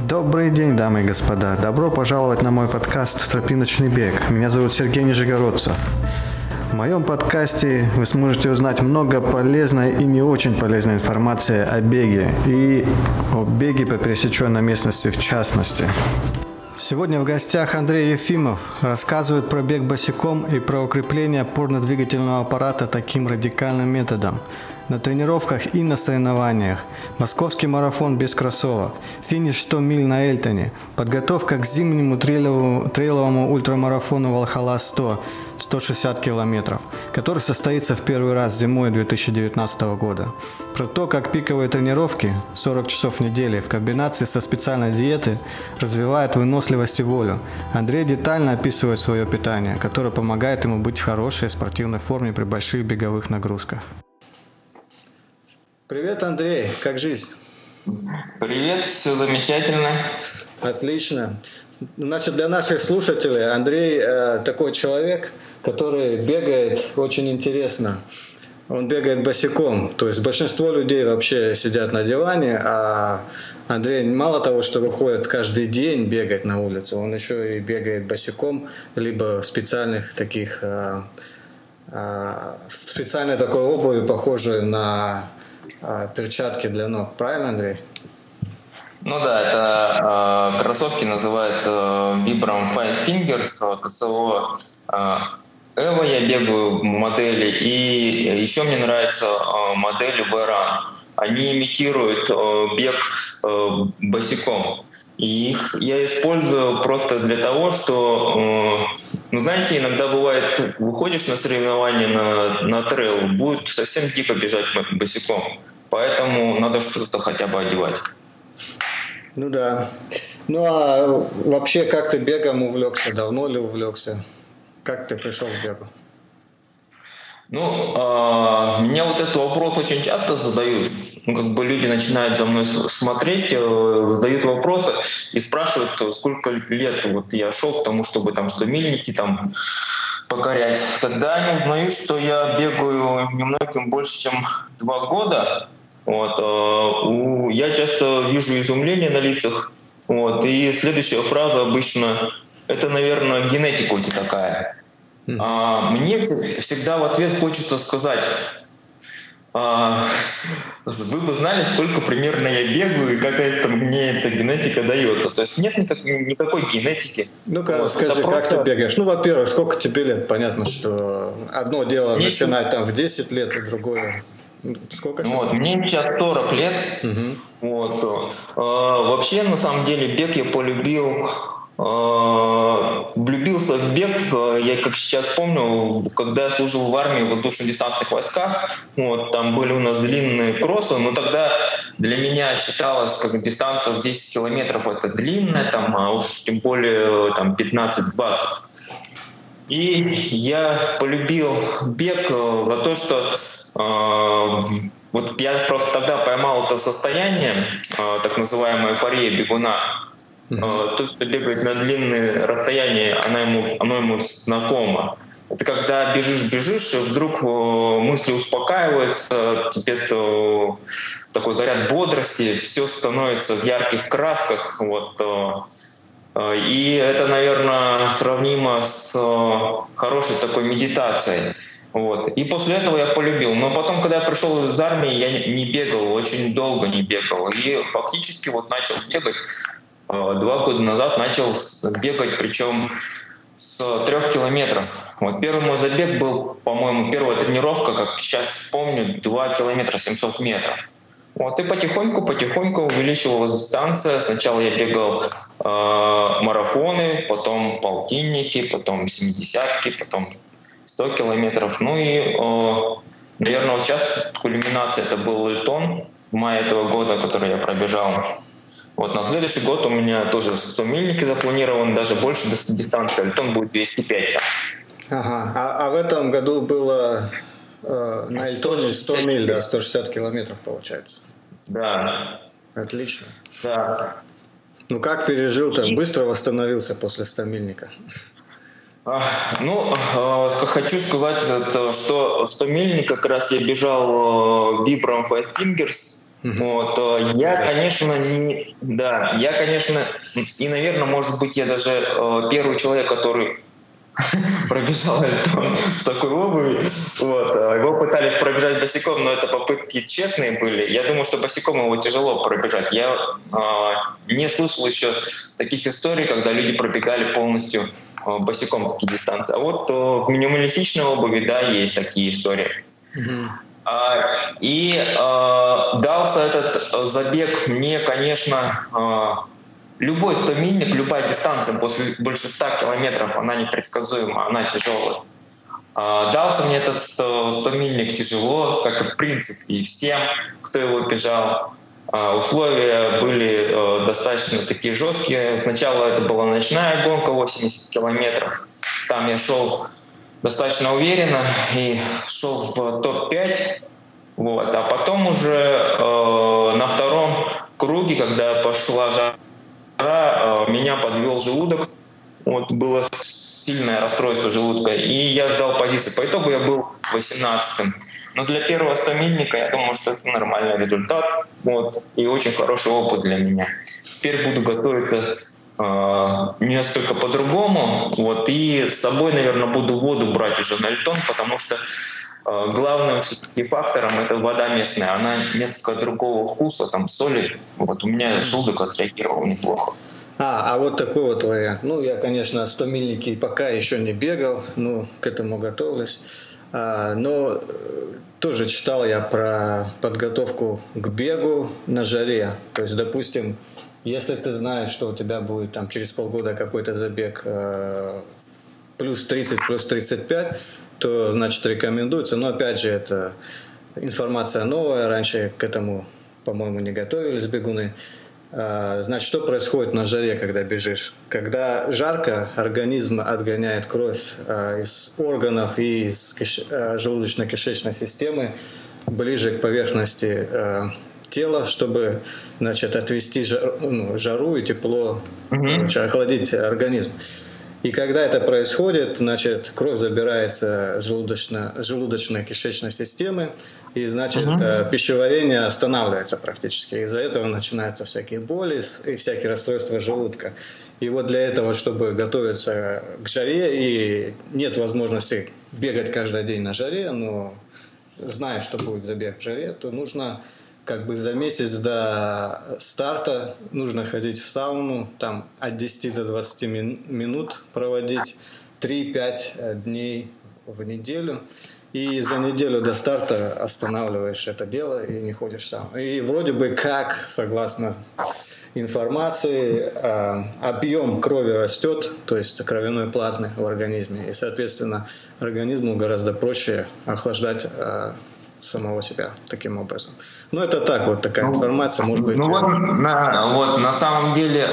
Добрый день, дамы и господа. Добро пожаловать на мой подкаст «Тропиночный бег». Меня зовут Сергей Нижегородцев. В моем подкасте вы сможете узнать много полезной и не очень полезной информации о беге и о беге по пересеченной местности в частности. Сегодня в гостях Андрей Ефимов рассказывает про бег босиком и про укрепление опорно-двигательного аппарата таким радикальным методом. На тренировках и на соревнованиях. Московский марафон без кроссовок. Финиш 100 миль на Эльтоне. Подготовка к зимнему трейловому ультрамарафону Валхалла-100, 160 километров, который состоится в первый раз зимой 2019 года. Про то, как пиковые тренировки, 40 часов в неделю, в комбинации со специальной диетой, развивают выносливость и волю. Андрей детально описывает свое питание, которое помогает ему быть в хорошей спортивной форме при больших беговых нагрузках. Привет, Андрей, как жизнь? Привет, все замечательно. Отлично. Значит, для наших слушателей Андрей такой человек, который бегает очень интересно. Он бегает босиком, то есть большинство людей вообще сидят на диване, а Андрей мало того, что выходит каждый день бегать на улицу, он еще и бегает босиком, либо в специальных таких, в специальной такой обуви, похожей на перчатки для ног. Правильно, Андрей? Ну да, это кроссовки называются Vibram Fine Fingers, КСО Evo я бегаю в модели, и еще мне нравится модель V-Run. Они имитируют бег босиком. И их я использую просто для того, что, знаете, иногда бывает, выходишь на соревнования на трейл, будет совсем дико бежать босиком. Поэтому надо что-то хотя бы одевать. Ну да. Ну а вообще, как ты бегом увлекся? Давно ли увлекся? Как ты пришел к бегу? Меня вот этот вопрос очень часто задают. Люди начинают за мной смотреть, задают вопросы и спрашивают, сколько лет я шел к тому, чтобы 100-мильники покорять. Тогда они узнают, что я бегаю немногим больше, чем 2 года. Я часто вижу изумление на лицах. И следующая фраза обычно: это, наверное, генетика у тебя такая. Мне всегда в ответ хочется сказать: вы бы знали, сколько примерно я бегаю и как мне эта генетика дается. То есть нет никакой генетики. Ну-ка, расскажи, как ты бегаешь? Во-первых, сколько тебе лет? Понятно, что одно дело начинать в 10 лет, а другое... Сколько сейчас? Мне сейчас 40 лет. Вообще, на самом деле, бег я полюбил. Влюбился в бег, я как сейчас помню, когда я служил в армии в воздушно-десантных войсках, там были у нас длинные кроссы, но тогда для меня считалось, как дистанция в 10 километров это длинная, а уж тем более 15-20. И я полюбил бег за то, что я просто тогда поймал это состояние, так называемая эйфория бегуна. Тот, кто бегает на длинные расстояния, оно ему знакомо. Это когда бежишь, и вдруг мысли успокаиваются, тебе такой заряд бодрости, все становится в ярких красках. И это, наверное, сравнимо с хорошей такой медитацией. И после этого я полюбил. Но потом, когда я пришел из армии, я не бегал, очень долго не бегал. И фактически начал бегать. 2 года назад начал бегать, причем с 3 километров. Первый мой забег был, по-моему, первая тренировка, как сейчас помню, 2 километра 700 метров. И потихоньку увеличивалась дистанция. Сначала я бегал марафоны, потом полтинники, потом 70-ки, потом 100 километров. Наверное, сейчас кульминация это был Эльтон в мае этого года, который я пробежал. На следующий год у меня тоже 100-мильники запланированы, даже больше дистанции. Эльтон будет 205. Ага. А в этом году было на Эльтоне 100 миль, да, 160 километров получается. Да. Отлично. Да. Как пережил-то? Быстро восстановился после 100-мильника? Хочу сказать, что 100 мильник как раз я бежал Vibram Fast Fingers. Вот, и, наверное, может быть, я даже первый человек, который пробежал в такой обуви. Вот. Его пытались пробежать босиком, но это попытки тщетные были. Я думаю, что босиком его тяжело пробежать. Я не слышал еще таких историй, когда люди пробегали полностью босиком такие дистанции. А вот в минималистичной обуви, да, есть такие истории. Дался этот забег мне, конечно, любой 100-мильник, любая дистанция после больше 100 километров, она непредсказуема, она тяжелая. Дался мне этот 100-мильник тяжело, как и в принципе и всем, кто его бежал. Условия были достаточно такие жесткие. Сначала это была ночная гонка, 80 километров. Там я шел достаточно уверенно и шел в топ-5. Вот. А потом уже на втором круге, когда пошла жара, меня подвел желудок. Вот, было сильное расстройство желудка, и я сдал позиции. По итогу я был 18-м. Но для первого 100-мильника я думаю, что это нормальный результат, вот, и очень хороший опыт для меня. Теперь буду готовиться несколько по-другому, вот, и с собой, наверное, буду воду брать уже на Эльтон, потому что главным все-таки фактором это вода местная. Она несколько другого вкуса, там соли. Вот у меня желудок отреагировал неплохо. А вот такой вот вариант. Ну, я, конечно, 100-мильники пока еще не бегал, но к этому готовлюсь. Но тоже читал я про подготовку к бегу на жаре. То есть, допустим, если ты знаешь, что у тебя будет там через полгода какой-то забег плюс 30, плюс 35, то, значит, рекомендуется. Но, опять же, это информация новая. Раньше к этому, по-моему, не готовились бегуны. Значит, что происходит на жаре, когда бежишь? Когда жарко, организм отгоняет кровь из органов и из желудочно-кишечной системы ближе к поверхности тела, чтобы, значит, отвести жару и тепло, охладить организм. И когда это происходит, значит, кровь забирается в желудочно-кишечной системы, и, значит, пищеварение останавливается практически. Из-за этого начинаются всякие боли и всякие расстройства желудка. И вот для этого, чтобы готовиться к жаре, и нет возможности бегать каждый день на жаре, но зная, что будет забег в жаре, то нужно как бы за месяц до старта нужно ходить в сауну, там от 10 до 20 минут проводить 3-5 дней в неделю. И за неделю до старта останавливаешь это дело и не ходишь в сауну. И вроде бы как, согласно информации, объем крови растет, то есть кровяной плазмы в организме. И, соответственно, организму гораздо проще охлаждать самого себя таким образом. Ну, это так, вот такая информация, может быть. На самом деле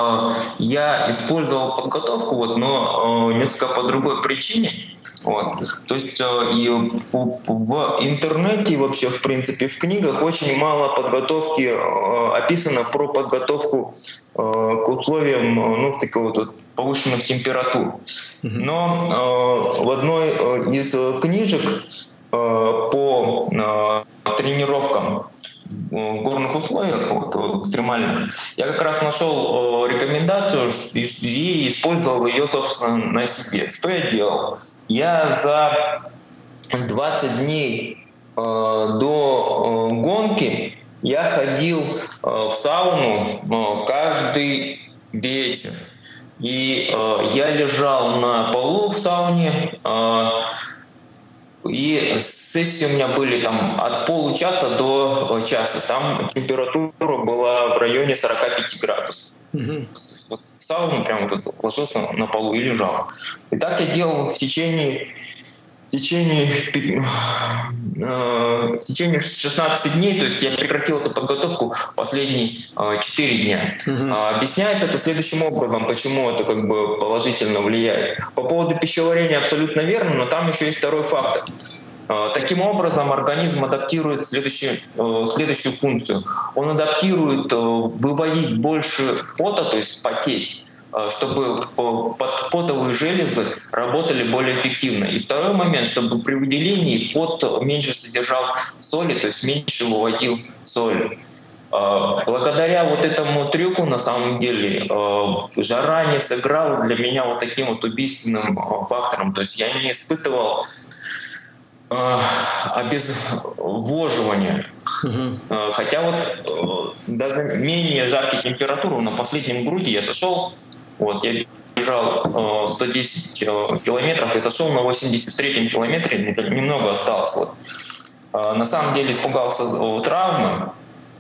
я использовал подготовку, но несколько по другой причине. Вот. То есть и в интернете, вообще, в принципе, в книгах очень мало подготовки описано про подготовку к условиям таких вот повышенных температур. Но в одной из книжек по тренировкам в горных условиях, экстремальных, я как раз нашел рекомендацию и использовал ее, собственно, на себе. Что я делал? Я за 20 дней до гонки я ходил в сауну каждый вечер. И я лежал на полу в сауне, и сессии у меня были там от получаса до часа. Там температура была в районе 45 градусов. Вот в сауну прямо вот ложился на полу и лежал. И так я делал в течение 16 дней, то есть я прекратил эту подготовку последние 4 дня. Объясняется это следующим образом, почему это как бы положительно влияет. По поводу пищеварения абсолютно верно, но там еще есть второй фактор. Таким образом, организм адаптирует следующую функцию. Он адаптирует выводить больше пота, то есть потеть, чтобы подпотовые железы работали более эффективно. И второй момент, чтобы при выделении пот меньше содержал соли, то есть меньше выводил соли. Благодаря вот этому трюку, на самом деле, жара не сыграла для меня вот таким вот убийственным фактором. То есть я не испытывал обезвоживания. Хотя вот даже менее жаркие температуры на последнем груде я сошел, вот я бежал 110 километров и сошел на 83-м километре, немного осталось. Вот. На самом деле испугался травмы.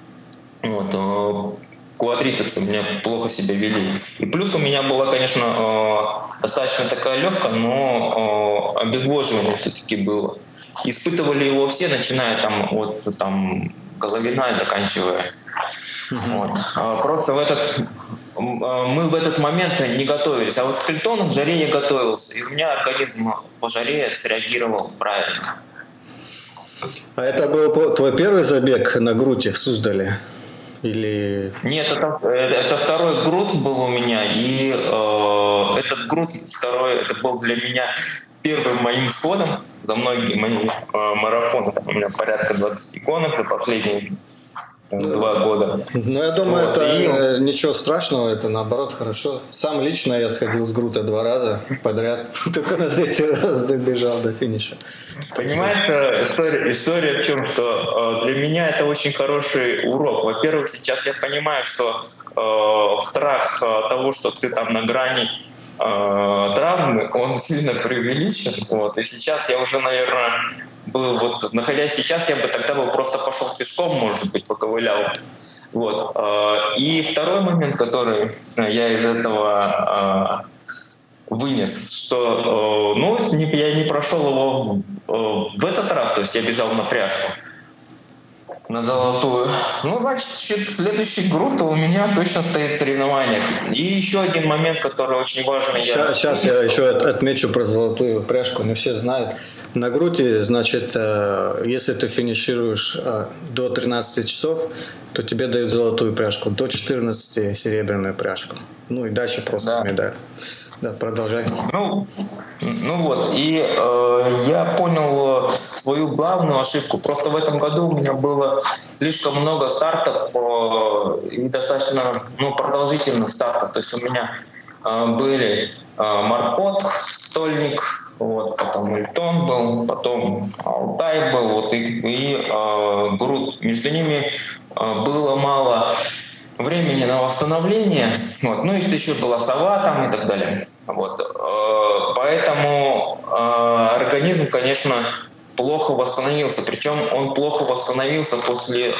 Вот, квадрицепсы у меня плохо себя вели. И плюс у меня была, конечно, достаточно такая легкая, но обезвоживание все-таки было. Испытывали его все, начиная там от Головина и заканчивая. Вот. Просто мы в этот момент не готовились. А вот к Хильтону в жаре я готовился. И у меня организм по жаре среагировал правильно. А это был твой первый забег на груди в Суздале? Или... Нет, это второй груд был у меня, и этот груд второй, это был для меня первым моим сходом за многие мои марафоны. Там у меня порядка 20 гонок за последние 2 года. Ну, я думаю, вот, это ничего страшного, это наоборот хорошо. Сам лично я сходил с грута 2 раза подряд, только на 3-й раз добежал до финиша. Понимаете, история в чем, что для меня это очень хороший урок. Во-первых, сейчас я понимаю, что страх того, что ты там на грани травмы, он сильно преувеличен. Вот. И сейчас я уже, наверное, был вот, находясь сейчас, я бы тогда просто пошел пешком, может быть, поковылял. Вот. И второй момент, который я из этого вынес, что я не прошел его в этот раз, то есть я бежал на пряжку, на золотую. Значит, следующий груд у меня точно стоит в соревнованиях. И еще один момент, который очень важный. Сейчас я еще отмечу про золотую пряжку, не все знают. На груди, значит, если ты финишируешь до 13 часов, то тебе дают золотую пряжку, до 14 серебряную пряжку. И дальше просто медаль. Да, продолжай. Вот. И я понял свою главную ошибку. Просто в этом году у меня было слишком много стартов и достаточно продолжительных стартов. То есть у меня были Маркот, Стольник, вот, потом Ильтон был, потом Алтай был, вот, и Груд. Между ними было мало времени на восстановление, вот, и еще была сова там и так далее. Вот. Поэтому организм, конечно, плохо восстановился. Причем он плохо восстановился после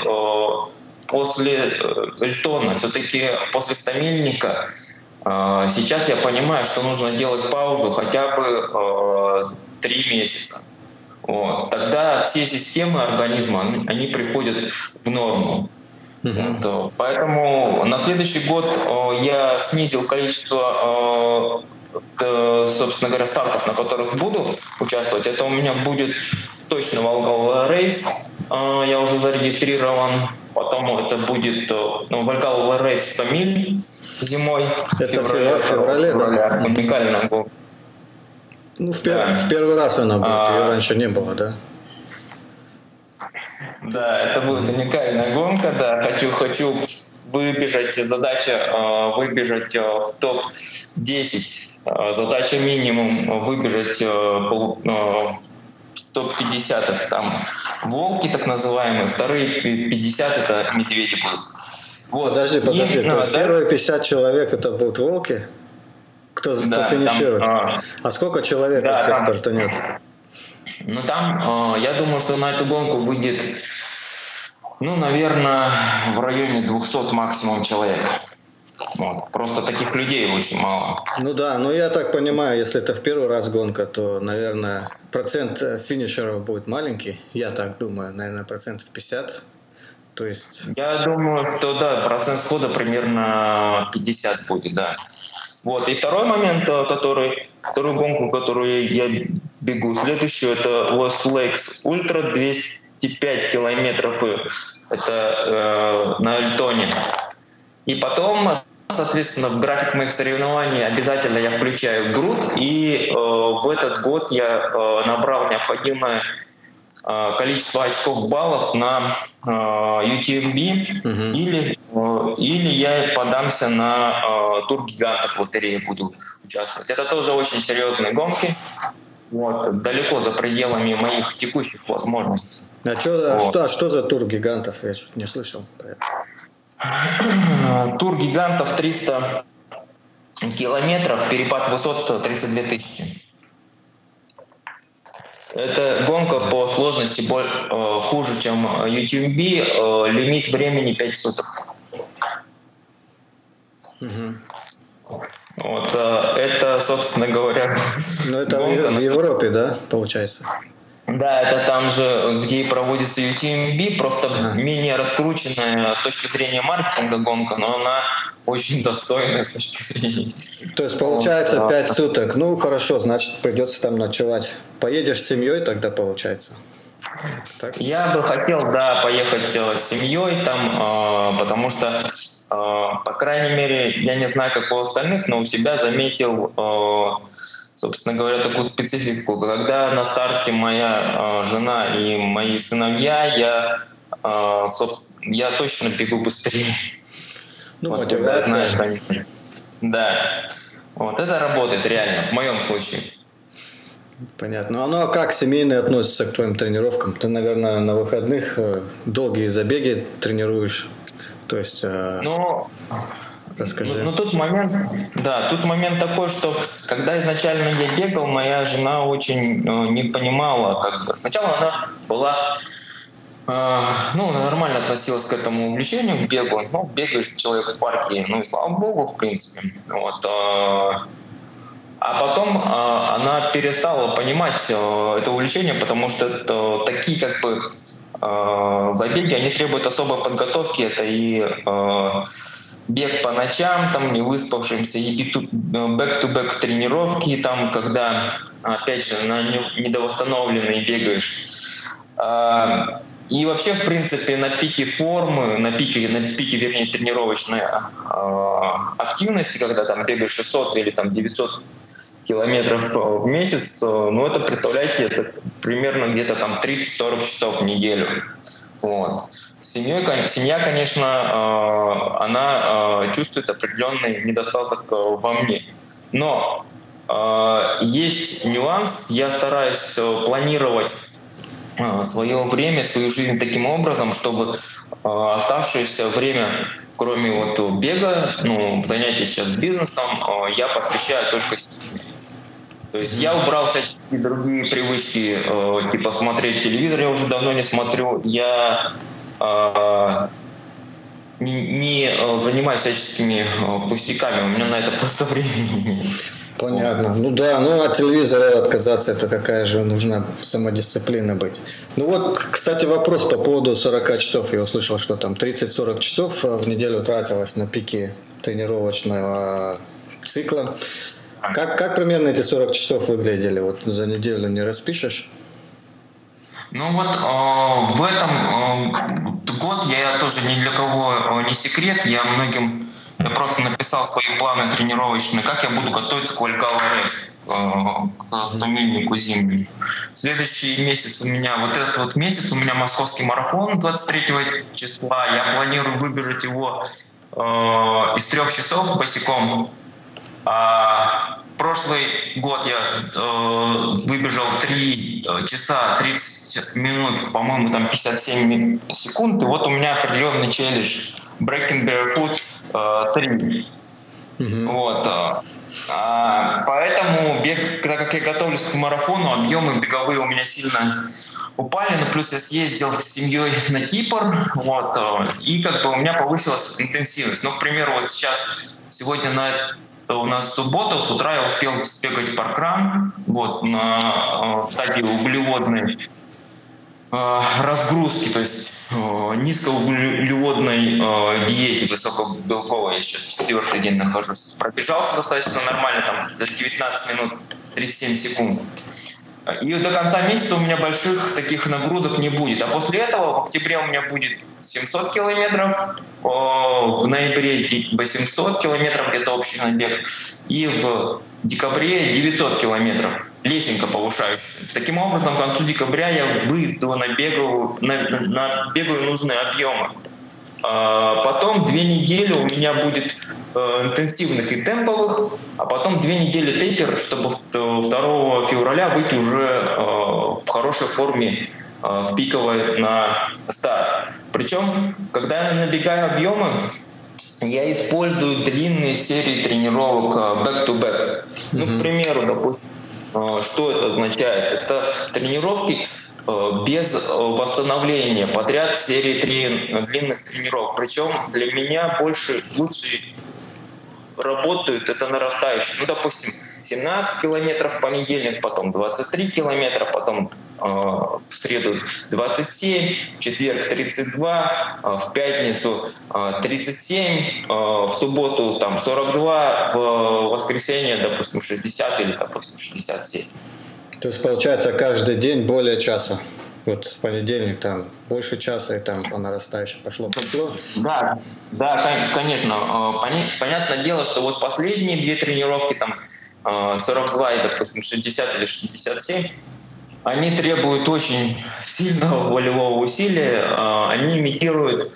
Эльтона. Все-таки после стамильника сейчас я понимаю, что нужно делать паузу хотя бы 3 месяца. Вот. Тогда все системы организма, они приходят в норму. Вот. Поэтому на следующий год я снизил количество, собственно говоря, стартов, на которых буду участвовать. Это у меня будет точно Волгалова рейс, я уже зарегистрирован. Потом это будет Волгалова рейс 100 миль зимой. Это в феврале, да? Уникальная гонка. В первый раз она будет, ее раньше не было, да? Да, это будет уникальная гонка, да. Хочу выбежать, задача выбежать в топ-10. Задача минимум выбежать в топ-50. Там волки так называемые, вторые 50 это медведи будут. Вот. Подожди, то есть первые 50 человек это будут волки? Кто финиширует? А сколько человек вообще стартанет? Там, я думаю, что на эту гонку выйдет, наверное, в районе 200 максимум человек. Вот. Просто таких людей очень мало. Я так понимаю, если это в первый раз гонка, то, наверное, процент финишеров будет маленький. Я так думаю, наверное, 50%. То есть... Я думаю, что да, процент схода примерно 50 будет, да. Вот. И второй момент, вторую гонку, которую я бегу, следующую, это Lost Lakes Ultra 205 километров. Это на Эльтоне. И потом соответственно, в график моих соревнований обязательно я включаю груд, и в этот год я набрал необходимое количество очков баллов на UTMB, или я подамся на тур гигантов в лотерее буду участвовать. Это тоже очень серьезные гонки, вот, далеко за пределами моих текущих возможностей. Что за тур гигантов? Я что-то не слышал про это. Тур гигантов 300 километров, перепад высот 32 тысячи. Это гонка по сложности хуже, чем UTMB, лимит времени 5 суток. Вот, это, собственно говоря, ну, это в Европе, да, получается? Да, это там же, где и проводится UTMB, просто менее раскрученная с точки зрения маркетинга гонка, но она очень достойная с точки зрения. То есть получается 5 суток. Ну хорошо, значит придется там ночевать. Поедешь с семьей тогда получается? Так? Я бы хотел, да, поехать с семьей там, потому что, по крайней мере, я не знаю, как у остальных, но у себя заметил, собственно говоря, такую специфику. Когда на старте моя жена и мои сыновья, я точно бегу быстрее. Ну, вот, мотивация. Знаешь, они... Да. Вот это работает реально, в моем случае. Понятно. Ну а как семейные относятся к твоим тренировкам? Ты, наверное, на выходных долгие забеги тренируешь. То есть... Расскажи. Ну, тут момент такой, что когда изначально я бегал, моя жена очень не понимала, как бы. Сначала она была, она нормально относилась к этому увлечению, к бегу. Ну, бегаешь человек в парке, ну и слава богу, в принципе. Вот. А потом она перестала понимать это увлечение, потому что это такие как бы забеги, они требуют особой подготовки. Это и бег по ночам, там, не выспавшимся, и бэк-ту-бэк тренировки, там, когда, опять же, на недовосстановленный бегаешь. И вообще, в принципе, на пике формы, на пике, вернее, тренировочной активности, когда там бегаешь 600 или там 900 километров в месяц, ну, это, представляете, это примерно где-то там 30-40 часов в неделю. Вот. Семья, конечно, она чувствует определенный недостаток во мне. Но есть нюанс. Я стараюсь планировать свое время, свою жизнь таким образом, чтобы оставшееся время, кроме вот бега, занятий сейчас бизнесом, я посвящаю только себе. То есть я убрал всяческие другие привычки, типа смотреть телевизор, я уже давно не смотрю. Я не занимаюсь всяческими пустяками, у меня на это просто времени нет. Понятно. Ну да, от телевизора отказаться, это какая же нужна самодисциплина быть. Ну вот, кстати, вопрос по поводу 40 часов. Я услышал, что там 30-40 часов в неделю тратилось на пике тренировочного цикла. Как примерно эти 40 часов выглядели? Вот за неделю не распишешь? Ну вот в этом год я тоже ни для кого не секрет. Я просто написал свои планы тренировочные, как я буду готовиться к Вальгалла Рейс, к 100-мильнику зимнему. Следующий месяц этот месяц у меня московский марафон 23 числа. Я планирую выбежать его из 3 часов босиком. Прошлый год я выбежал 3 часа 30 минут, по-моему, там 57 секунд. И вот у меня определенный челлендж Breaking Barefoot 3. Вот. Поэтому так как я готовлюсь к марафону, объемы беговые у меня сильно упали. Но плюс я съездил с семьей на Кипр. Вот, и как бы у меня повысилась интенсивность. Ну, к примеру, вот сегодня у нас суббота, с утра я успел сбегать паркран на стадии углеводной разгрузки, то есть низкоуглеводной диете высокобелковой. Я сейчас 4-й день нахожусь. Пробежался достаточно нормально, там за 19 минут 37 секунд. И до конца месяца у меня больших таких нагрузок не будет. А после этого в октябре у меня будет 700 километров, в в ноябре 800 километров где-то общий набег, и в декабре 900 километров. Лесенка повышающая. Таким образом, к концу декабря я выйду набегаю нужные объемы. Потом 2 недели у меня будет интенсивных и темповых, а потом 2 недели тейпер, чтобы 2 февраля выйти уже в хорошей форме, в пиковой на старт. Причем, когда я набегаю объемы, я использую длинные серии тренировок back-to-back. Ну, к примеру, допустим, что это означает? Это тренировки без восстановления, подряд серии 3 длинных тренировок. Причем для меня лучше работают это нарастающие. Ну, допустим, 17 километров в понедельник, потом 23 километра, потом в среду 27, в четверг 32, в пятницу 37, в субботу там 42, в воскресенье, допустим, 60 или, допустим, 67. То есть, получается, каждый день более часа. Вот с понедельника там больше часа, и там по нарастающей пошло. Да, конечно. Понятное дело, что вот последние 2 тренировки, там 42 и, допустим, 60 или 67, они требуют очень сильного волевого усилия. Они имитируют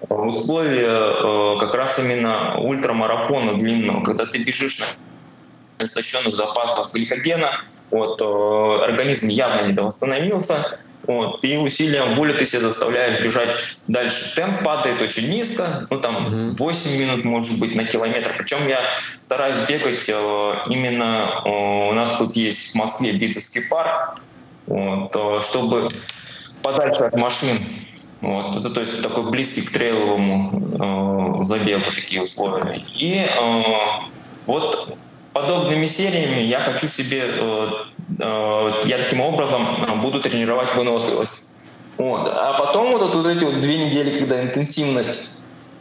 условия как раз именно ультрамарафона длинного, когда ты бежишь на истощенных запасах гликогена, вот, организм явно недовосстановился, вот, и усилием воли ты себя заставляешь бежать дальше. Темп падает очень низко, ну там 8 минут может быть на километр. Причем я стараюсь бегать именно, у нас тут есть в Москве Битцевский парк, вот, чтобы подальше от машин. Вот, это, то есть такой близкий к трейловому забегу такие условия. И вот подобными сериями я хочу себе, я таким образом буду тренировать выносливость. Вот. А потом вот эти 2 недели, когда интенсивность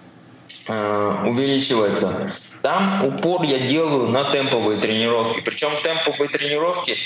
увеличивается, там упор я делаю на темповые тренировки. Причем темповые тренировки,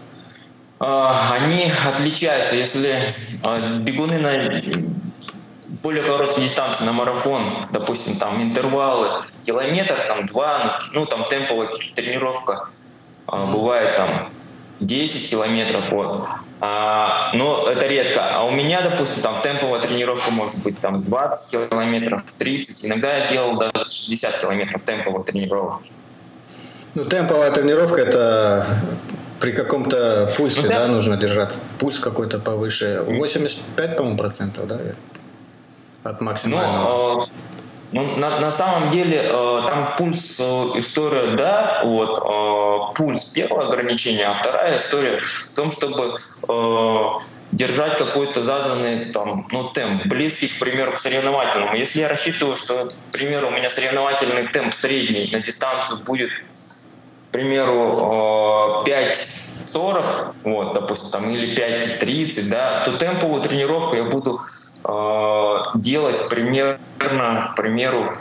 они отличаются. Если бегуны на более короткие дистанции, на марафон, допустим, там интервалы, километр, там 2, ну там темповая тренировка бывает там 10 километров, вот. Но это редко. А у меня, допустим, там темповая тренировка может быть там 20 километров, 30. Иногда я делал даже 60 километров темповой тренировки. Ну, темповая тренировка — это при каком-то пульсе, да, нужно держать. Пульс какой-то повыше. 85, по-моему, процентов, да? От максимального. На самом деле там пульс история, да, вот пульс первое ограничение, а вторая история в том, чтобы держать какой-то заданный там, темп, близкий, к примеру, к соревновательному. Если я рассчитываю, что, к примеру, у меня соревновательный темп средний на дистанцию будет, к примеру, 5:40, вот, допустим, там, или 5:30, да, то темповую тренировку я буду делать примерно, к примеру,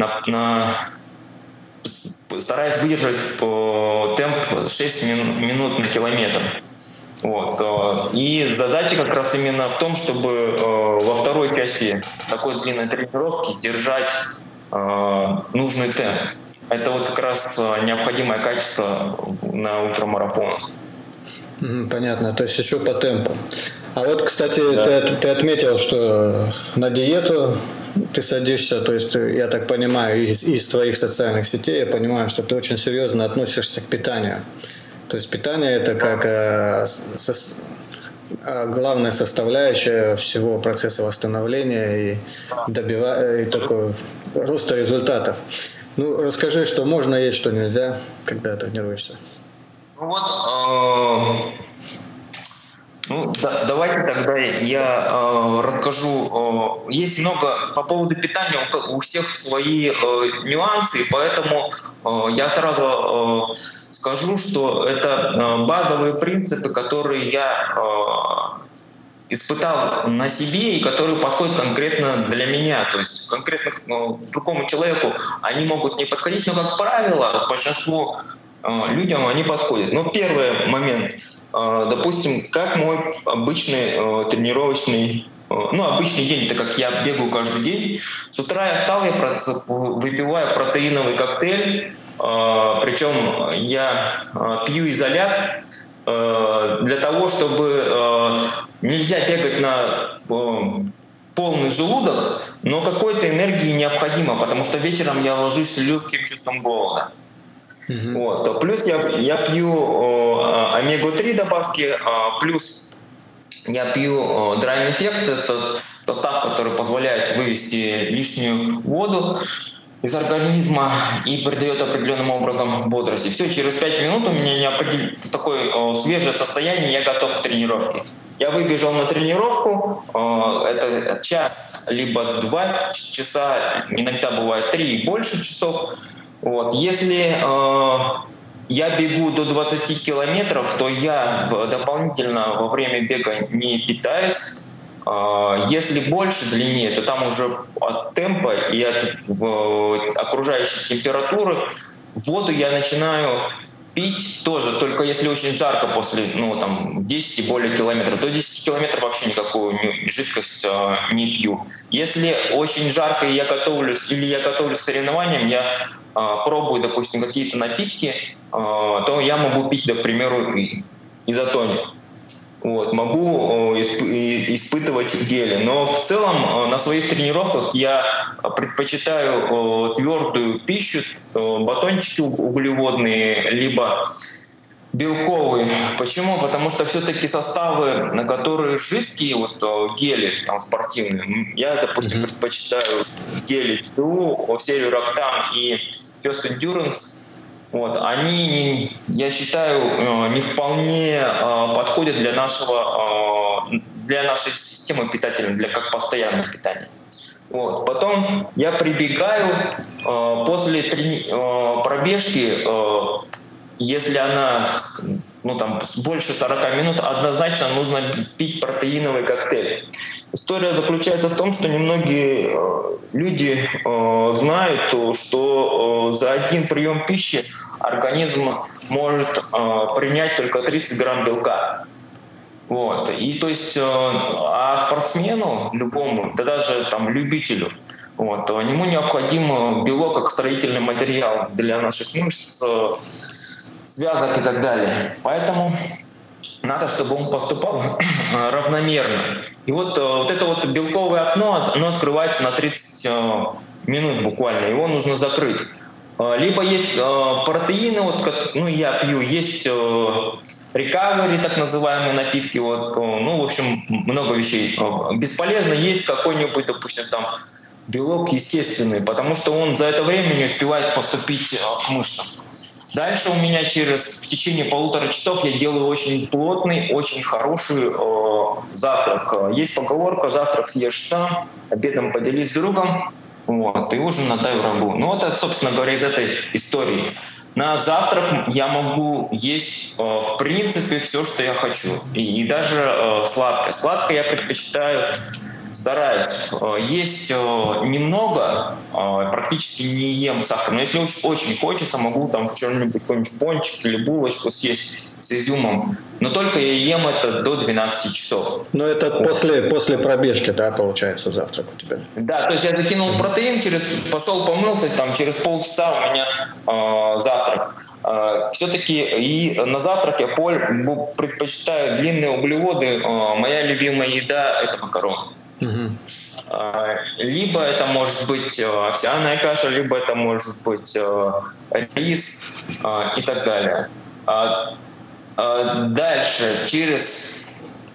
стараясь выдержать темп 6 минут на километр. Вот. И задача как раз именно в том, чтобы во второй части такой длинной тренировки держать нужный темп. Это вот как раз необходимое качество на ультрамарафонах. Понятно, то есть еще по темпу. А вот, кстати, да. ты отметил, что на диету ты садишься, то есть, я так понимаю, из твоих социальных сетей я понимаю, что ты очень серьезно относишься к питанию. То есть питание — это как главная составляющая всего процесса восстановления и такого роста результатов. Ну, расскажи, что можно есть, что нельзя, когда тренируешься. Давайте тогда я расскажу. Есть много по поводу питания, у всех свои нюансы, и поэтому я сразу скажу, что это базовые принципы, которые я испытал на себе и которые подходят конкретно для меня. То есть конкретно другому человеку они могут не подходить, но, как правило, большинству людям они подходят. Но первый момент. Допустим, как мой обычный тренировочный обычный день, так как я бегаю каждый день, с утра я встал, я выпиваю протеиновый коктейль, причем я пью изолят, для того, чтобы нельзя бегать на полный желудок, но какой-то энергии необходимо, потому что вечером я ложусь с легким чувством голода. Вот. Плюс я пью омегу-3 добавки, плюс я пью Dry Effect, это состав, который позволяет вывести лишнюю воду из организма и придает определенным образом бодрости. Все, через 5 минут у меня такое свежее состояние, я готов к тренировке. Я выбежал на тренировку, это час, либо 2 часа, иногда бывает 3 и больше часов. Вот. Если я бегу до 20 километров, то я дополнительно во время бега не питаюсь. Если больше, длиннее, то там уже от темпа и от окружающей температуры воду я начинаю пить тоже, только если очень жарко после 10 и более километров. До 10 километров вообще никакую жидкость не пью. Если очень жарко и я готовлюсь к соревнованиям, я пробую, допустим, какие-то напитки, то я могу пить, к примеру, изотоник. Вот, могу испытывать гели. Но в целом на своих тренировках я предпочитаю твердую пищу, батончики углеводные, либо белковые. Почему? Потому что все-таки составы, на которые жидкие, гели там, спортивные, я, допустим, предпочитаю гели ТУ, серию Roctan и First Endurance. Вот, они, я считаю, не вполне подходят для нашей системы питательной, как постоянное питание. Вот. Потом я прибегаю после пробежки, если она больше 40 минут, однозначно нужно пить протеиновый коктейль. История заключается в том, что немногие люди знают, что за один прием пищи организм может принять только 30 грамм белка. Вот. И то есть, спортсмену любому, да даже любителю, ему необходим белок как строительный материал для наших мышц, связок и так далее. Поэтому надо, чтобы он поступал равномерно. И это белковое окно, оно открывается на 30 минут буквально, его нужно закрыть. Либо есть протеины, я пью, есть recovery, так называемые напитки, в общем, много вещей. Бесполезно есть какой-нибудь, допустим, белок естественный, потому что он за это время не успевает поступить к мышцам. Дальше у меня в течение 1,5 часов я делаю очень плотный, очень хороший завтрак. Есть поговорка: завтрак съешь сам, обедом поделись с другом, и ужин отдай врагу. Это, собственно говоря, из этой истории. На завтрак я могу есть, в принципе, все, что я хочу. И даже сладкое. Сладкое я предпочитаю, стараюсь есть немного, практически не ем сахар. Но если очень хочется, могу в чем-нибудь какой-нибудь пончик или булочку съесть с изюмом. Но только я ем это до 12 часов. Но это после пробежки, да, получается, завтрак у тебя? Да, то есть я закинул протеин, пошел помылся, через полчаса у меня завтрак. Все-таки и на завтрак я предпочитаю длинные углеводы. Моя любимая еда — это макароны. Либо это может быть овсяная каша, либо это может быть рис и так далее. Дальше, через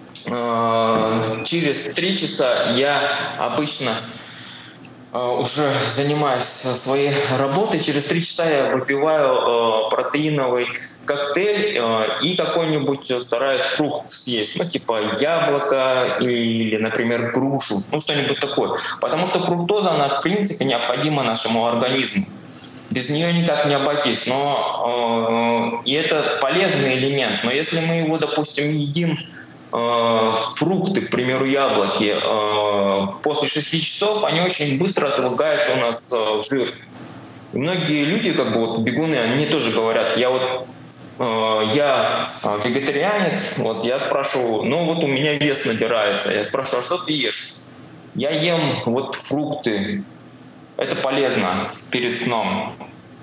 3 часа я обычно уже занимаюсь своей работой. Через 3 часа я выпиваю протеиновый коктейль и какой-нибудь стараюсь фрукт съесть, типа яблоко или, например, грушу, что-нибудь такое. Потому что фруктоза, она в принципе необходима нашему организму. Без нее никак не обойтись. И это полезный элемент. Но если мы его, допустим, едим фрукты, к примеру, яблоки, после 6 часов, они очень быстро отлагаются у нас в жир. И многие люди, бегуны, они тоже говорят: я я вегетарианец, вот я спрашиваю, ну вот у меня вес набирается, я спрашиваю, а что ты ешь? Я ем вот фрукты, это полезно перед сном.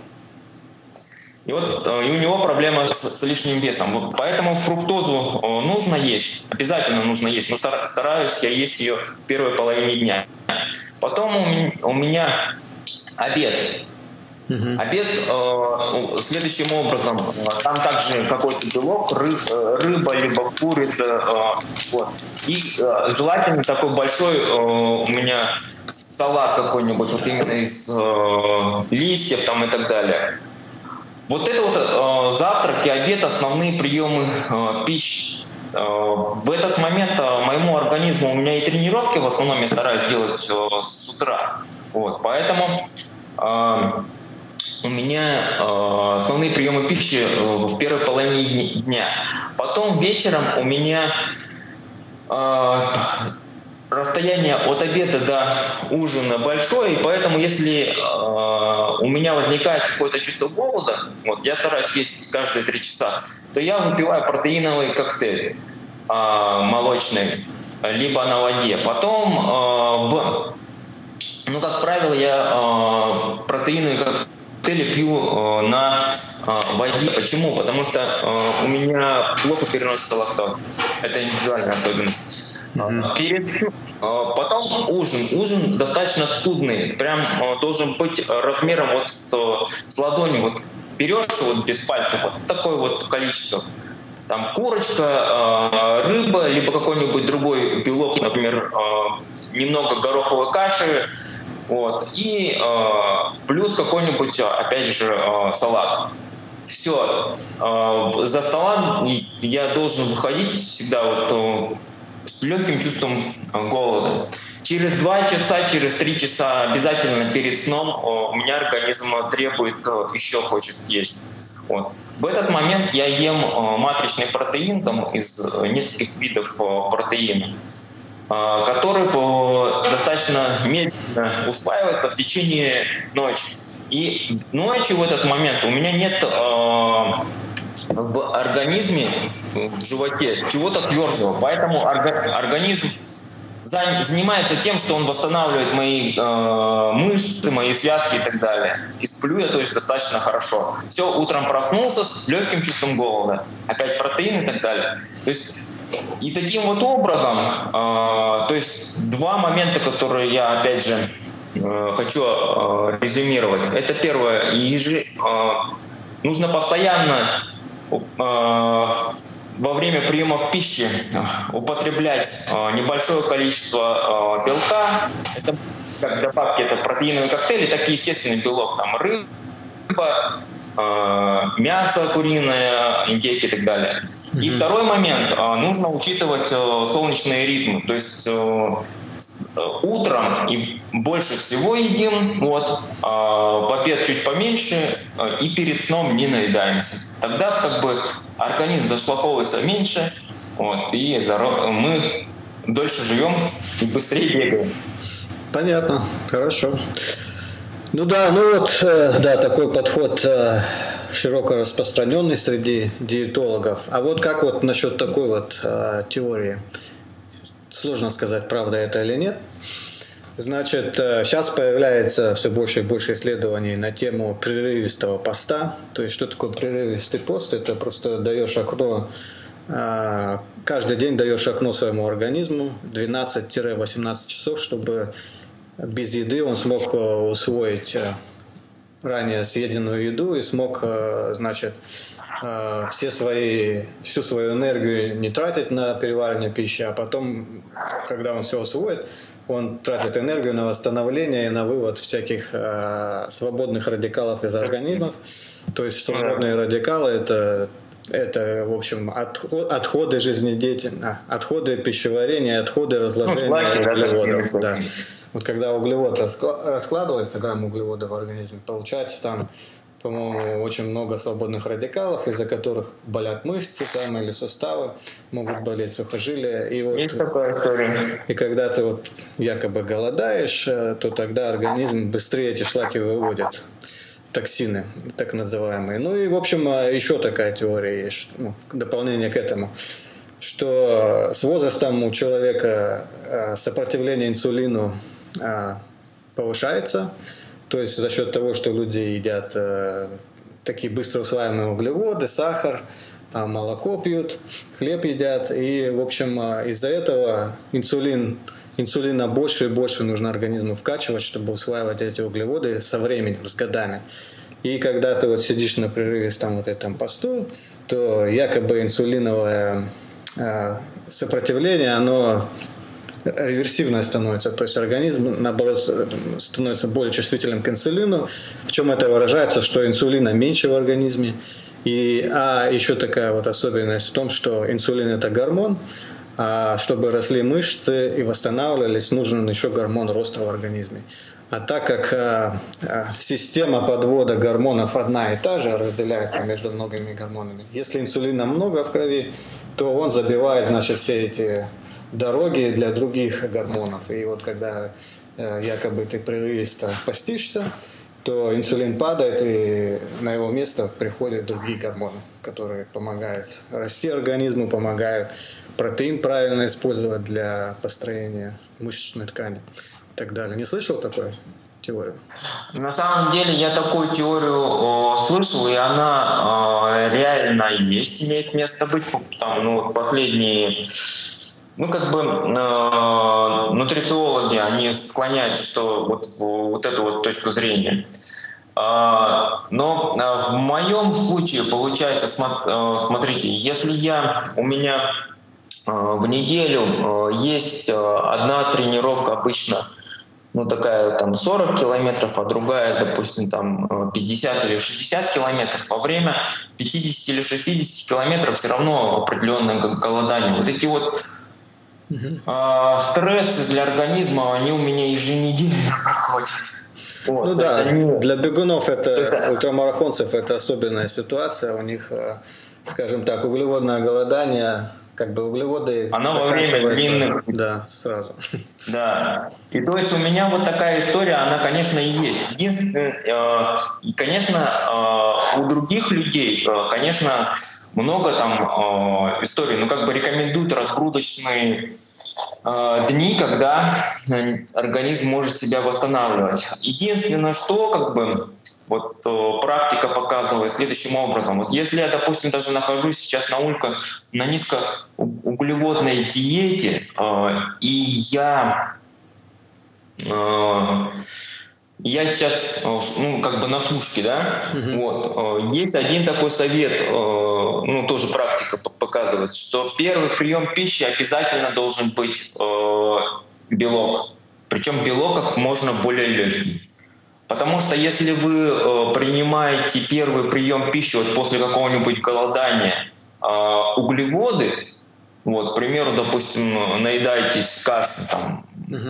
И вот и у него проблема с лишним весом. Вот поэтому фруктозу нужно есть, обязательно нужно есть, но стараюсь я есть ее в первой половине дня. Потом у меня обед. Обед следующим образом. Там также какой-то белок, рыба, либо курица. Вот. И желательно такой большой у меня салат какой-нибудь, вот именно из листьев там и так далее. Вот это вот завтрак и обед — основные приемы пищи. В этот момент моему организму, у меня и тренировки в основном я стараюсь делать с утра. Вот. Поэтому у меня основные приемы пищи в первой половине дня. Потом вечером у меня расстояние от обеда до ужина большое, и поэтому если у меня возникает какое-то чувство голода, вот я стараюсь есть каждые 3 часа, то я выпиваю протеиновый коктейль молочный, либо на воде. Потом, как правило, я протеиновый коктейль пью на воде. Почему? Потому что у меня плохо переносится лактоза. Это индивидуальная особенность. Потом ужин. Ужин достаточно скудный. Прям должен быть размером вот с ладони. Вот берешь вот без пальцев вот такое вот количество. Там курочка, рыба, либо какой-нибудь другой белок, например, немного гороховой каши. Вот. И плюс какой-нибудь, опять же, салат. Все. За стола я должен выходить всегда вот с легким чувством голода. Через 2 часа, через 3 часа обязательно перед сном у меня организм требует, еще хочет есть. Вот. В этот момент я ем матричный протеин там, из нескольких видов протеина, который достаточно медленно усваивается в течение ночи. И ночью в этот момент у меня нет в организме, в животе чего-то твердого, поэтому организм занимается тем, что он восстанавливает мои мышцы, мои связки и так далее. И сплю я, то есть, достаточно хорошо. Все, утром проснулся с легким чувством голода, опять протеин и так далее. То есть и таким вот образом, то есть 2 момента, которые я опять же хочу резюмировать. Это первое, нужно постоянно во время приемов пищи употреблять небольшое количество белка. Это как добавки, это протеиновые коктейли, так и естественный белок, там рыба, мясо куриное, индейки и так далее. И второй момент, нужно учитывать солнечные ритмы, то есть утром и больше всего едим, вот, в обед чуть поменьше и перед сном не наедаемся. Тогда как бы организм дошлаковывается меньше, вот, и мы дольше живем и быстрее бегаем. Понятно, хорошо. Такой подход широко распространенный среди диетологов. А вот как вот насчет такой вот теории? Сложно сказать, правда это или нет. Значит, сейчас появляется все больше и больше исследований на тему прерывистого поста. То есть, что такое прерывистый пост? Это просто даешь окно, каждый день даешь окно своему организму 12-18 часов, чтобы без еды он смог усвоить ранее съеденную еду и смог, значит, всю свою энергию не тратить на переваривание пищи, а потом, когда он все усвоит, он тратит энергию на восстановление и на вывод всяких свободных радикалов из организмов. То есть свободные радикалы это в общем, отходы жизнедеятельности, отходы пищеварения, отходы разложения углеводов. Да. Вот когда углевод раскладывается, грамм углевода в организме, получается там, по-моему, очень много свободных радикалов, из-за которых болят мышцы там, или суставы, могут болеть сухожилия. И вот, есть такая история. И когда ты вот якобы голодаешь, то тогда организм быстрее эти шлаки выводит. токсины, так называемые. Ну и, в общем, еще такая теория есть, ну, дополнение к этому, что с возрастом у человека сопротивление инсулину повышается, то есть за счет того, что люди едят такие быстро усваиваемые углеводы, сахар, молоко пьют, хлеб едят, и, в общем, из-за этого инсулина больше и больше нужно организму вкачивать, чтобы усваивать эти углеводы со временем, с годами. И когда ты вот сидишь на прерывистом вот этом посту, то якобы инсулиновое сопротивление, оно реверсивное становится, то есть организм, наоборот, становится более чувствительным к инсулину. В чем это выражается? Что инсулина меньше в организме. А еще такая вот особенность в том, что инсулин – это гормон, а чтобы росли мышцы и восстанавливались, нужен еще гормон роста в организме. А так как система подвода гормонов одна и та же, разделяется между многими гормонами, если инсулина много в крови, то он забивает, значит, все эти дороги для других гормонов. И вот когда якобы ты прерывисто постишься, то инсулин падает, и на его место приходят другие гормоны, которые помогают расти организму, помогают протеин правильно использовать для построения мышечной ткани и так далее. Не слышал такой теорию? На самом деле я такую теорию слышал, и она реально есть, имеет место быть. Там, ну, последние, ну, как бы нутрициологи, они склоняются, что вот эту вот точку зрения. Но в моем случае получается, смотрите, если у меня в неделю есть одна тренировка обычно, ну, такая там 40 километров, а другая, допустим, там 50 или 60 километров, во время 50 или 60 километров все равно определенное голодание. Вот эти вот стрессы для организма, они у меня еженедельно проходят. Вот, ну да, для бегунов, ультрамарафонцев это особенная ситуация. У них, скажем так, углеводное голодание, как бы углеводы... Оно во время длинных... Да, сразу. Да. И то есть у меня вот такая история, она, конечно, и есть. Единственное, и, конечно, у других людей, конечно, много там историй, но как бы рекомендуют разгрузочные дни, когда организм может себя восстанавливать. Единственное, что как бы вот практика показывает следующим образом. Вот если я, допустим, даже нахожусь сейчас на низкоуглеводной диете, и я сейчас, ну, как бы на сушке, да, вот, есть один такой совет, ну, тоже практика показывает, что первый прием пищи обязательно должен быть белок, причем белок как можно более легкий. Потому что если вы принимаете первый прием пищи вот после какого-нибудь голодания, углеводы, вот, к примеру, допустим, наедаетесь кашей там,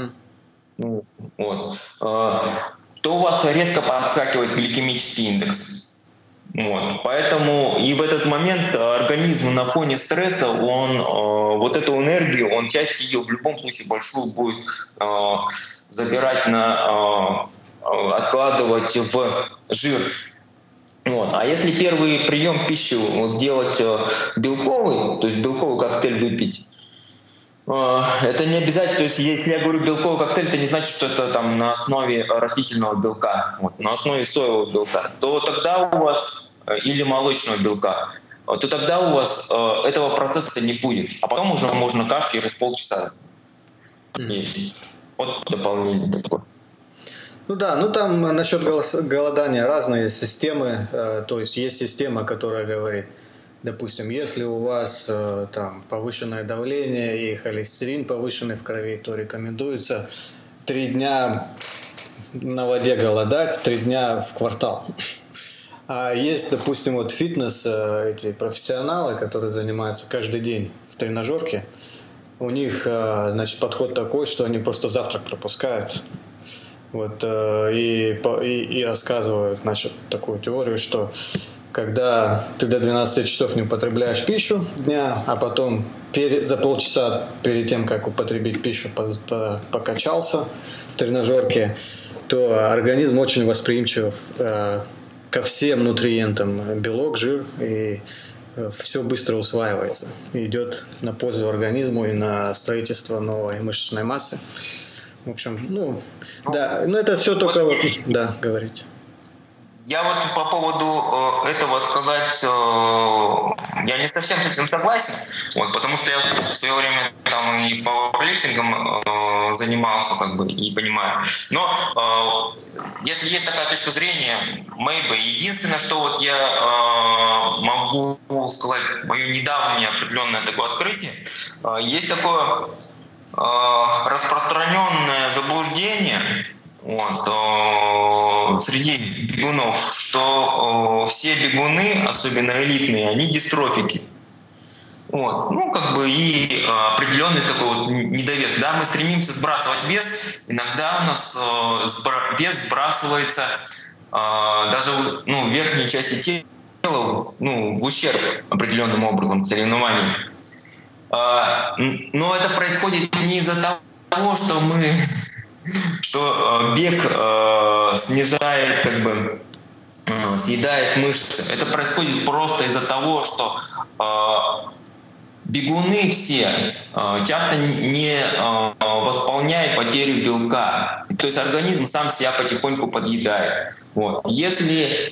вот, то у вас резко подскакивает гликемический индекс. Вот. Поэтому и в этот момент организм на фоне стресса, он вот эту энергию, он часть ее в любом случае большую будет забирать откладывать в жир. Вот. А если первый прием пищи сделать белковый, то есть белковый коктейль выпить, это не обязательно, то есть если я говорю белковый коктейль, это не значит, что это там на основе растительного белка, вот, на основе соевого белка, то тогда у вас, или молочного белка, то тогда у вас этого процесса не будет. А потом уже можно кашу через полчаса есть. Вот дополнение такое. Ну да, ну там насчет голодания разные системы, то есть система, которая говорит, допустим, если у вас там повышенное давление и холестерин повышенный в крови, то рекомендуется 3 дня на воде голодать, 3 дня в квартал. А есть, допустим, вот фитнес, эти профессионалы, которые занимаются каждый день в тренажерке, у них, значит, подход такой, что они просто завтрак пропускают. Вот, и рассказывают, значит, такую теорию, что когда ты до 12 часов не употребляешь пищу дня, а потом за полчаса перед тем, как употребить пищу, покачался в тренажерке, то организм очень восприимчив ко всем нутриентам белок, жир, и все быстро усваивается. И идет на пользу организму и на строительство новой мышечной массы. В общем, да, это все только да, говорить. Я вот по поводу этого сказать, я не совсем с этим согласен, потому что я в свое время там и пауэрлифтингом занимался, и понимаю. Но если есть такая точка зрения, maybe. Единственное, что вот я могу сказать, мое недавнее определенное такое открытие, есть такое распространенное заблуждение, среди бегунов, что все бегуны, особенно элитные, они дистрофики. И определенный такой недовес. Да, мы стремимся сбрасывать вес, иногда у нас вес сбрасывается даже в верхней части тела, в ущерб определенным образом соревнованиям. Но это происходит не из-за того, что бег снижает, съедает мышцы. Это происходит просто из-за того, что бегуны все часто не восполняют потерю белка. То есть организм сам себя потихоньку подъедает. Если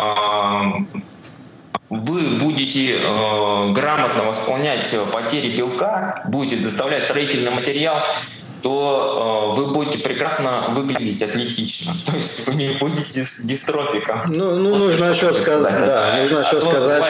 вы будете грамотно восполнять потери белка, будете доставлять строительный материал, то вы будете прекрасно выглядеть атлетично. То есть вы не будете дистрофиком. Нужно еще сказать,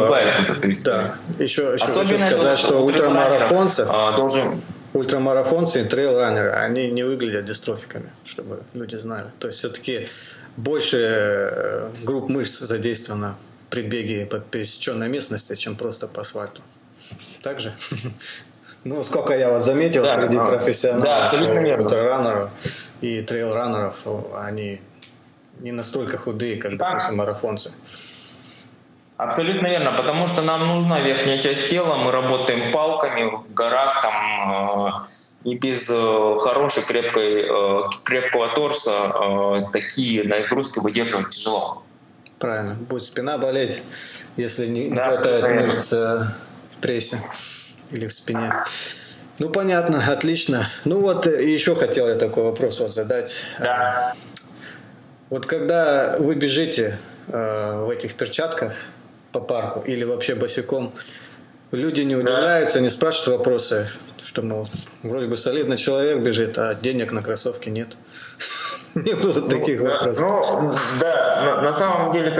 что ультрамарафонцы и трейл-раннеры, они не выглядят дистрофиками, чтобы люди знали. То есть все-таки больше групп мышц задействовано при беге по пересеченной местности, чем просто по асфальту. Так же? Сколько я заметил среди профессионалов, ультрараннеров и трейл-раннеров, они не настолько худые, как, допустим, марафонцы. Абсолютно верно, потому что нам нужна верхняя часть тела, мы работаем палками в горах, и без хорошей крепкого торса такие нагрузки выдерживать тяжело. Правильно, будет спина болеть, если не хватает мышц в прессе или в спине. Понятно, отлично. Еще хотел я такой вопрос задать. Да. Когда вы бежите в этих перчатках по парку или вообще босиком, люди не удивляются, не спрашивают вопросы, что, вроде бы солидный человек бежит, а денег на кроссовки нет. Не было таких вопросов. На самом деле,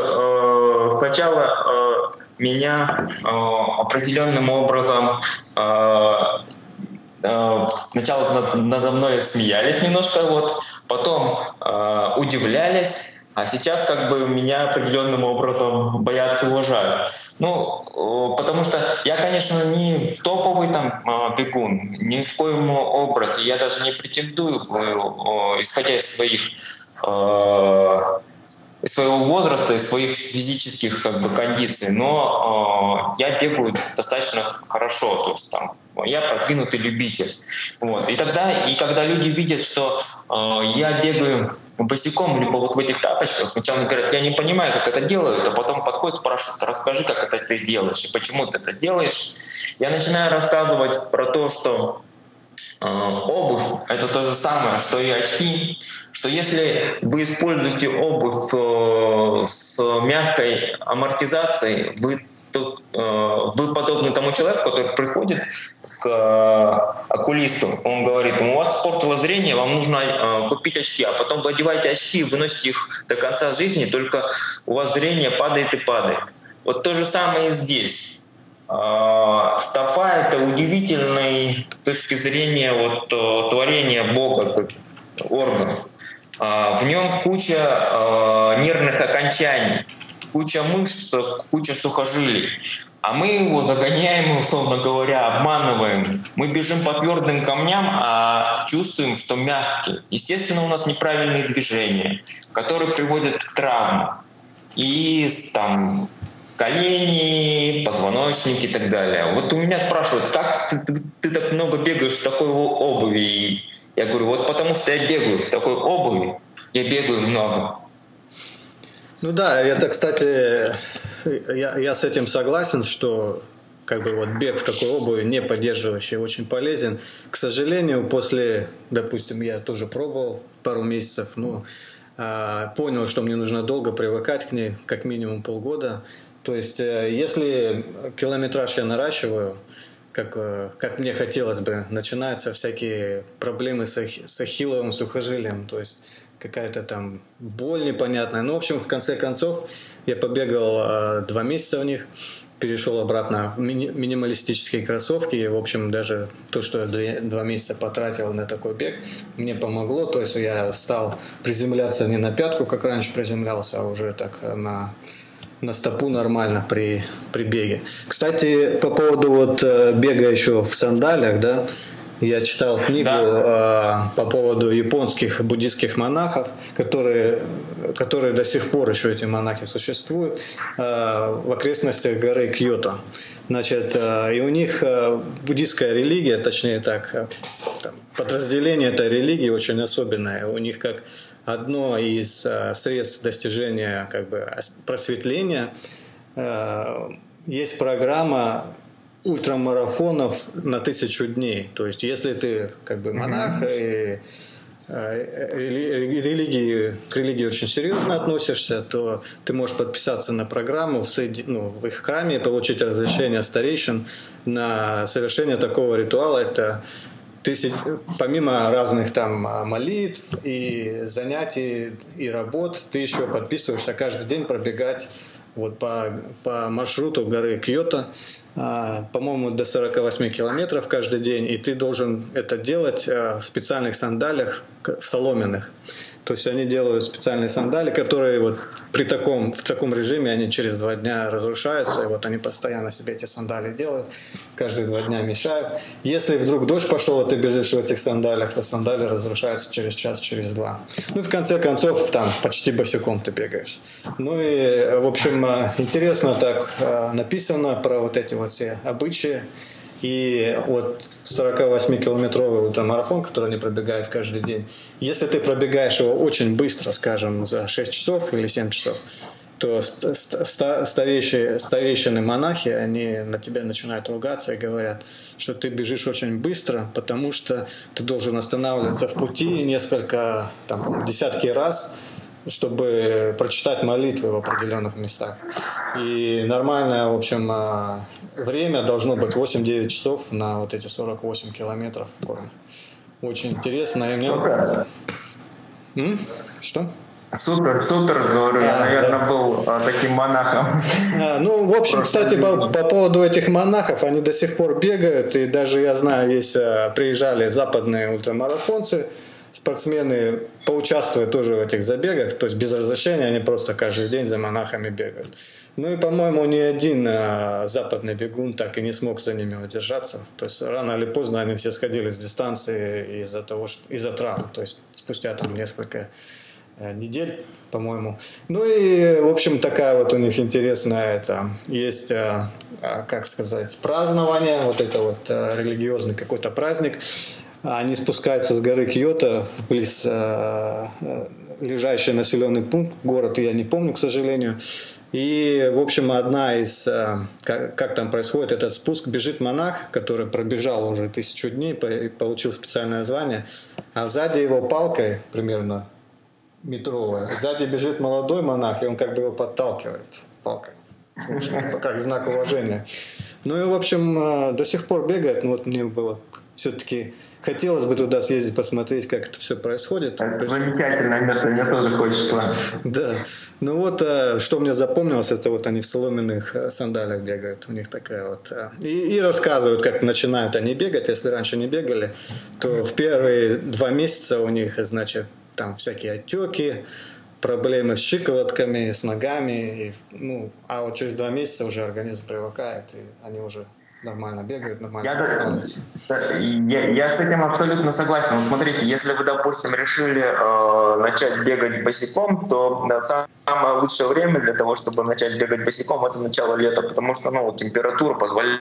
сначала меня определенным образом сначала надо мной смеялись немножко, потом удивлялись, а сейчас меня определенным образом боятся и уважают. Потому что я, конечно, не топовый бегун, ни в коем образе. Я даже не претендую, исходя из своего возраста и своих физических кондиций, но я бегаю достаточно хорошо, то есть я продвинутый любитель. И когда люди видят, что я бегаю босиком, либо в этих тапочках, сначала они говорят, я не понимаю, как это делают, а потом подходят, спрашивают, расскажи, как это ты делаешь и почему ты это делаешь. Я начинаю рассказывать про то, что обувь — это то же самое, что и очки, что если вы используете обувь с мягкой амортизацией, вы подобны тому человеку, который приходит к окулисту, он говорит, у вас испортило зрение, вам нужно купить очки, а потом вы одеваете очки и выносите их до конца жизни, только у вас зрение падает и падает. То же самое и здесь. Стопа — это удивительный с точки зрения творения Бога орган. В нем куча нервных окончаний, куча мышц, куча сухожилий. А мы его загоняем, условно говоря, обманываем. Мы бежим по твердым камням, а чувствуем, что мягкие. Естественно, у нас неправильные движения, которые приводят к травмам. И колени, позвоночник и так далее. У меня спрашивают, как ты так много бегаешь в такой обуви? Я говорю, потому что я бегаю в такой обуви, я бегаю много. Ну да, это, кстати, я с этим согласен, что как бы вот бег в такой обуви, не поддерживающий, очень полезен. К сожалению, после, допустим, я тоже пробовал пару месяцев, понял, что мне нужно долго привыкать к ней, как минимум полгода. То есть, если километраж я наращиваю, как мне хотелось бы, начинаются всякие проблемы с ахилловым сухожилием, то есть какая-то там боль непонятная. Ну, в общем, в конце концов, я побегал 2 месяца в них, перешел обратно в минималистические кроссовки. И, в общем, даже то, что я 2 месяца потратил на такой бег, мне помогло. То есть я стал приземляться не на пятку, как раньше приземлялся, а уже так на стопу нормально при беге. Кстати, по поводу бега еще в сандалях, да, я читал книгу по поводу японских буддийских монахов, которые до сих пор еще эти монахи существуют в окрестностях горы Кьото. Значит, и у них буддийская религия, точнее так, подразделение этой религии очень особенное. У них как одно из средств достижения как бы просветления есть программа ультрамарафонов на 1000 дней. То есть, если ты как бы монах и к религии очень серьезно относишься, то ты можешь подписаться на программу в их храме и получить разрешение старейшин на совершение такого ритуала. Это помимо разных там молитв и занятий и работ, ты еще подписываешься каждый день пробегать по маршруту горы Кьото, по-моему, до 48 километров каждый день, и ты должен это делать в специальных сандалиях, соломенных. То есть они делают специальные сандали, которые в таком режиме они через 2 дня разрушаются, и они постоянно себе эти сандали делают, каждые 2 дня мешают. Если вдруг дождь пошел, и ты бежишь в этих сандалиях, то сандали разрушаются через час, через 2. Ну и в конце концов, там почти босиком ты бегаешь. Ну и, в общем, интересно так написано про эти все обычаи. И в 48-километровый ультрамарафон, который они пробегают каждый день, если ты пробегаешь его очень быстро, скажем, за 6 часов или 7 часов, то старейшины-монахи, они на тебя начинают ругаться и говорят, что ты бежишь очень быстро, потому что ты должен останавливаться в пути несколько, десятки раз, чтобы прочитать молитвы в определенных местах. И нормальное, в общем, время должно быть 8-9 часов на эти 48 километров. Очень интересно. И мне... Что? Супер, говорю, я, наверное, был таким монахом. В общем, кстати, по поводу этих монахов, они до сих пор бегают, и даже, я знаю, приезжали западные ультрамарафонцы, спортсмены поучаствуют тоже в этих забегах, то есть без разрешения они просто каждый день за монахами бегают. Ну и, по-моему, ни один западный бегун так и не смог за ними удержаться. То есть рано или поздно они все сходили с дистанции из-за травм, то есть спустя несколько недель, по-моему. Ну и, в общем, такая у них интересная есть, как сказать, празднование, это религиозный какой-то праздник. Они спускаются с горы Кьото вблиз лежащий населенный пункт, город я не помню, к сожалению. И, в общем, одна из, как там происходит этот спуск, бежит монах, который пробежал уже 1000 дней и получил специальное звание, а сзади его палкой, примерно метровая, сзади бежит молодой монах, и он как бы его подталкивает палкой, в общем, как знак уважения. Ну и, в общем, до сих пор бегает, мне было все-таки... Хотелось бы туда съездить, посмотреть, как это все происходит. Замечательное место, мне тоже хочется. Да. Что мне запомнилось, это они в соломенных сандалиях бегают. У них такая И рассказывают, как начинают они бегать. Если раньше не бегали, то в первые 2 месяца у них, значит, там всякие отеки, проблемы с щиколотками, с ногами. А через 2 месяца уже организм привыкает, и они уже нормально бегают, нормально становятся. Я с этим абсолютно согласен. Смотрите, если вы, допустим, решили начать бегать босиком, то самое лучшее время для того, чтобы начать бегать босиком, это начало лета, потому что температура позволяет.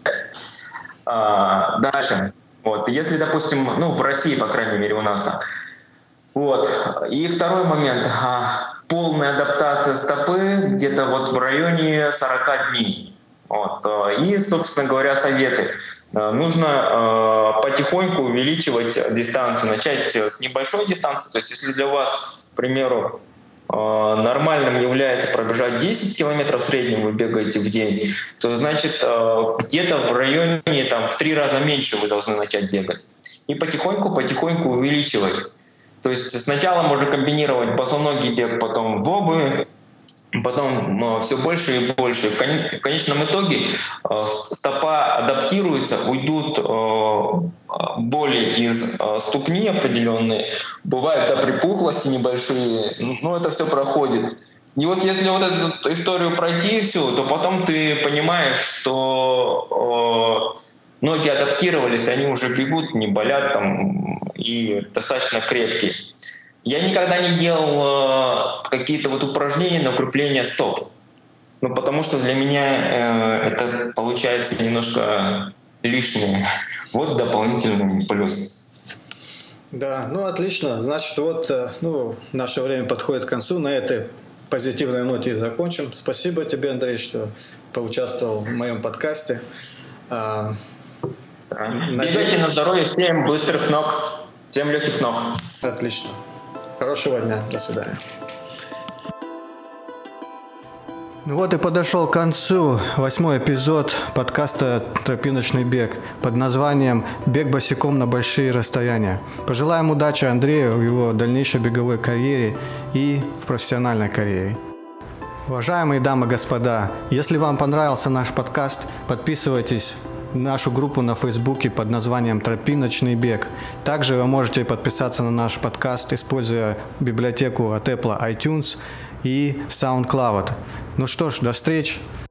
Дальше. Если, допустим, в России, по крайней мере, у нас так. И второй момент. полная адаптация стопы где-то вот в районе 40 дней. Вот. И, собственно говоря, советы. Нужно потихоньку увеличивать дистанцию, начать с небольшой дистанции. То есть если для вас, к примеру, нормальным является пробежать 10 километров в среднем вы бегаете в день, то значит где-то в районе в 3 раза меньше вы должны начать бегать. И потихоньку увеличивать. То есть сначала можно комбинировать босоногий бег, потом в обуви, потом все больше и больше. В конечном итоге стопа адаптируется, уйдут боли из ступни определенные, бывают припухлости небольшие, но это все проходит. И вот если вот эту историю пройти всю, то потом ты понимаешь, что ноги адаптировались, они уже бегут, не болят и достаточно крепкие. Я никогда не делал какие-то упражнения на укрепление стоп. Потому что для меня это получается немножко лишнее. Вот дополнительный плюс. Да, отлично. Значит, наше время подходит к концу. На этой позитивной ноте и закончим. Спасибо тебе, Андрей, что поучаствовал в моем подкасте. Бегайте на здоровье, всем быстрых ног, всем легких ног. Отлично. Хорошего дня. До свидания. Вот и подошел к концу 8-й эпизод подкаста «Тропиночный бег» под названием «Бег босиком на большие расстояния». Пожелаем удачи Андрею в его дальнейшей беговой карьере и в профессиональной карьере. Уважаемые дамы и господа, если вам понравился наш подкаст, подписывайтесь на нашу группу на Фейсбуке под названием «Тропиночный бег». Также вы можете подписаться на наш подкаст, используя библиотеку от Apple iTunes и SoundCloud. Ну что ж, до встречи!